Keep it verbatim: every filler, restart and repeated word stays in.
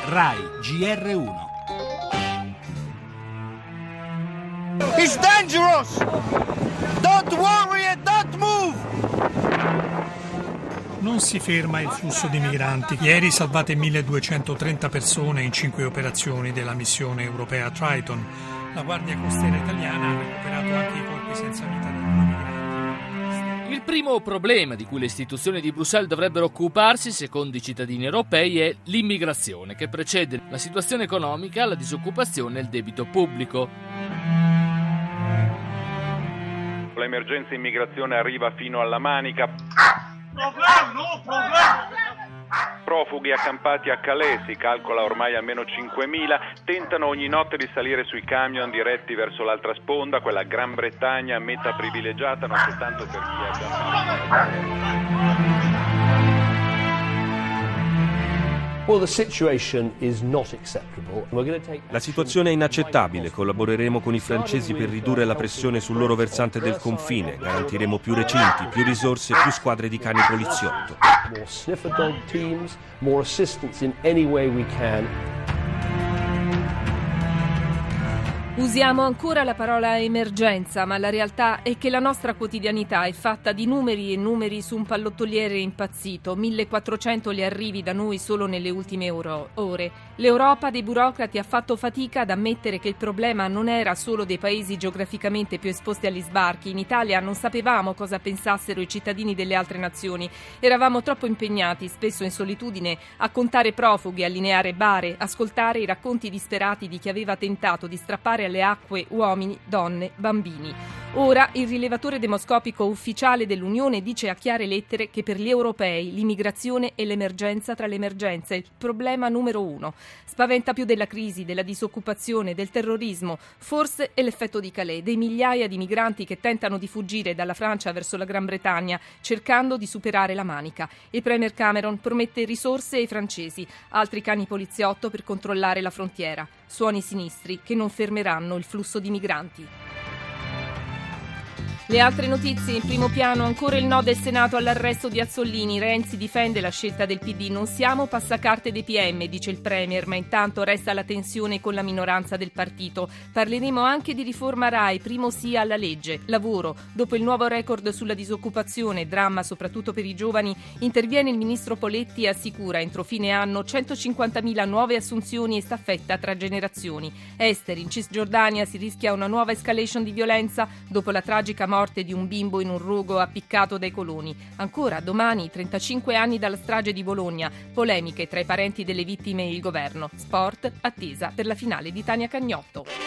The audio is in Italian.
Rai G R uno. It's dangerous! Don't worry and don't move! Non si ferma il flusso di migranti. Ieri salvate milleduecentotrenta persone in cinque operazioni della missione europea Triton. La Guardia Costiera italiana ha recuperato anche i corpi senza vita dei migranti. Il primo problema di cui le istituzioni di Bruxelles dovrebbero occuparsi, secondo i cittadini europei, è l'immigrazione, che precede la situazione economica, la disoccupazione e il debito pubblico. L'emergenza immigrazione arriva fino alla Manica. Problem, no problem! Profughi accampati a Calais, si calcola ormai almeno cinquemila, tentano ogni notte di salire sui camion diretti verso l'altra sponda, quella Gran Bretagna, meta privilegiata non soltanto per chi ha già fatto. La situazione è inaccettabile. Collaboreremo con i francesi per ridurre la pressione sul loro versante del confine. Garantiremo più recinti, più risorse, più squadre di cani poliziotto. Usiamo ancora la parola emergenza, ma la realtà è che la nostra quotidianità è fatta di numeri e numeri su un pallottoliere impazzito. millequattrocento gli arrivi da noi solo nelle ultime ore. L'Europa dei burocrati ha fatto fatica ad ammettere che il problema non era solo dei paesi geograficamente più esposti agli sbarchi. In Italia non sapevamo cosa pensassero i cittadini delle altre nazioni. Eravamo troppo impegnati, spesso in solitudine, a contare profughi, a lineare bare, ascoltare i racconti disperati di chi aveva tentato di strappare alle acque uomini, donne, bambini. Ora il rilevatore demoscopico ufficiale dell'Unione dice a chiare lettere che per gli europei l'immigrazione è l'emergenza tra le emergenze, il problema numero uno. Spaventa più della crisi, della disoccupazione, del terrorismo. Forse è l'effetto di Calais, dei migliaia di migranti che tentano di fuggire dalla Francia verso la Gran Bretagna, cercando di superare la Manica. Il premier Cameron promette risorse ai francesi, altri cani poliziotto per controllare la frontiera. Suoni sinistri che non fermeranno il flusso di migranti. Le altre notizie in primo piano, ancora il no del Senato all'arresto di Azzollini. Renzi difende la scelta del P D. Non siamo passacarte dei P M, dice il Premier, ma intanto resta la tensione con la minoranza del partito. Parleremo anche di riforma Rai, primo sì alla legge. Lavoro. Dopo il nuovo record sulla disoccupazione, dramma soprattutto per i giovani, interviene il ministro Poletti e assicura entro fine anno centocinquantamila nuove assunzioni e staffetta tra generazioni. Esteri, in Cisgiordania si rischia una nuova escalation di violenza dopo la tragica morte morte di un bimbo in un rogo appiccato dai coloni. Ancora domani, trentacinque anni dalla strage di Bologna, polemiche tra i parenti delle vittime e il governo. Sport, attesa per la finale di Tania Cagnotto.